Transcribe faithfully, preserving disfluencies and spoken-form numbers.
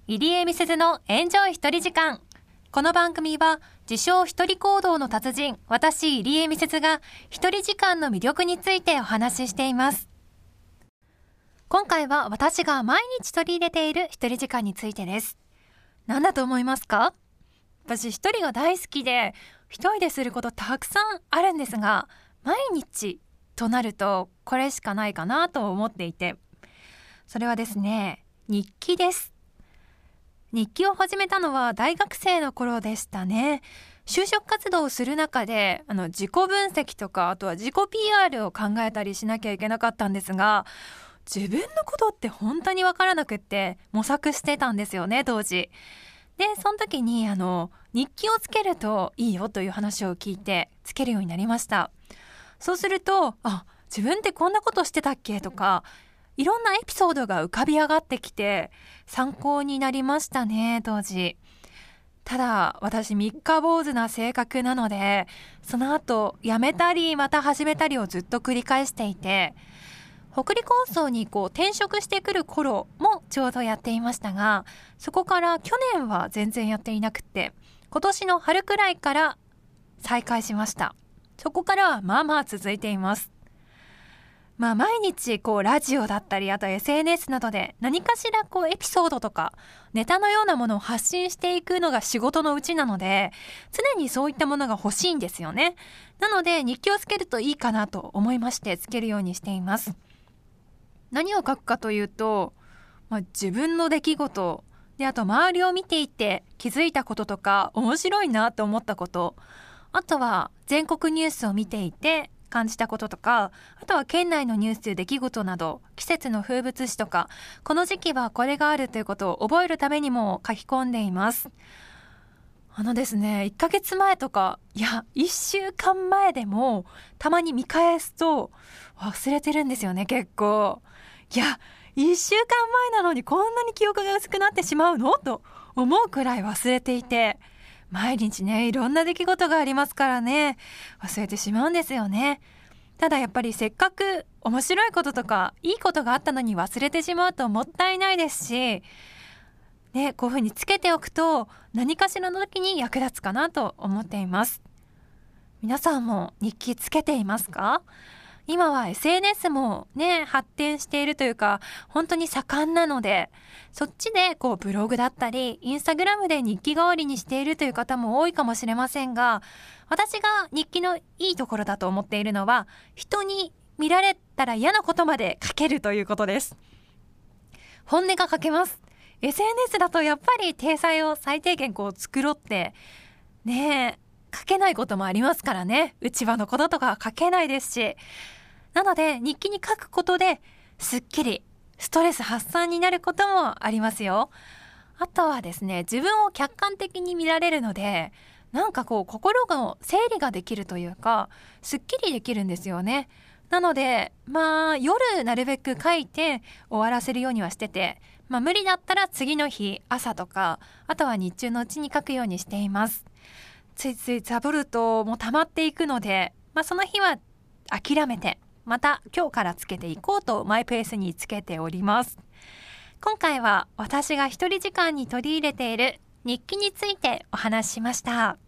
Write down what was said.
入江美鈴のエンジョイ一人時間。この番組は自称一人行動の達人、私入江美鈴が一人時間の魅力についてお話ししています。今回は私が毎日取り入れている一人時間についてです。何だと思いますか？私一人が大好きで一人ですることたくさんあるんですが、毎日となるとこれしかないかなと思っていて、それはですね、日記です。日記を始めたのは大学生の頃でしたね。就職活動をする中であの自己分析とか、あとは自己 ピーアール を考えたりしなきゃいけなかったんですが、自分のことって本当に分からなくって模索してたんですよね、当時。でその時にあの日記をつけるといいよという話を聞いてつけるようになりました。そうすると、あ、自分ってこんなことしてたっけとか、いろんなエピソードが浮かび上がってきて参考になりましたね、当時。ただ私三日坊主な性格なので、その後やめたりまた始めたりをずっと繰り返していて、北陸放送にこう転職してくる頃もちょうどやっていましたが、そこから去年は全然やっていなくて、今年の春くらいから再開しました。そこからはまあまあ続いています。まあ毎日こうラジオだったり、あと エスエヌエス などで何かしらこうエピソードとかネタのようなものを発信していくのが仕事のうちなので、常にそういったものが欲しいんですよね。なので日記をつけるといいかなと思いましてつけるようにしています。何を書くかというと、まあ、自分の出来事で、あと周りを見ていて気づいたこととか面白いなと思ったこと、あとは全国ニュースを見ていて感じたこととか、あとは県内のニュース、出来事など、季節の風物詩とか、この時期はこれがあるということを覚えるためにも書き込んでいます。あのですね、いっかげつまえとか、いやいっしゅうかんまえでもたまに見返すと忘れてるんですよね、結構。いやいっしゅうかんまえなのにこんなに記憶が薄くなってしまうのと思うくらい忘れていて、毎日ね、いろんな出来事がありますからね、忘れてしまうんですよね。ただやっぱりせっかく面白いこととかいいことがあったのに忘れてしまうともったいないですし、ね、こういうふうにつけておくと何かしらの時に役立つかなと思っています。皆さんも日記つけていますか？今は エスエヌエス もね、発展しているというか本当に盛んなので、そっちでこうブログだったりインスタグラムで日記代わりにしているという方も多いかもしれませんが、私が日記のいいところだと思っているのは、人に見られたら嫌なことまで書けるということです。本音が書けます。 エスエヌエス だとやっぱり体裁を最低限こう作ろうってねえ書けないこともありますからね。内輪のこととか書けないですし、なので日記に書くことですっきりストレス発散になることもありますよ。あとはですね、自分を客観的に見られるので、なんかこう心が整理ができるというか、すっきりできるんですよね。なのでまあ夜なるべく書いて終わらせるようにはしてて、まあ無理だったら次の日朝とか、あとは日中のうちに書くようにしています。ついついサボるともう溜まっていくので、まあその日は諦めてまた今日からつけていこうとマイペースにつけております。今回は私が一人時間に取り入れている日記についてお話ししました。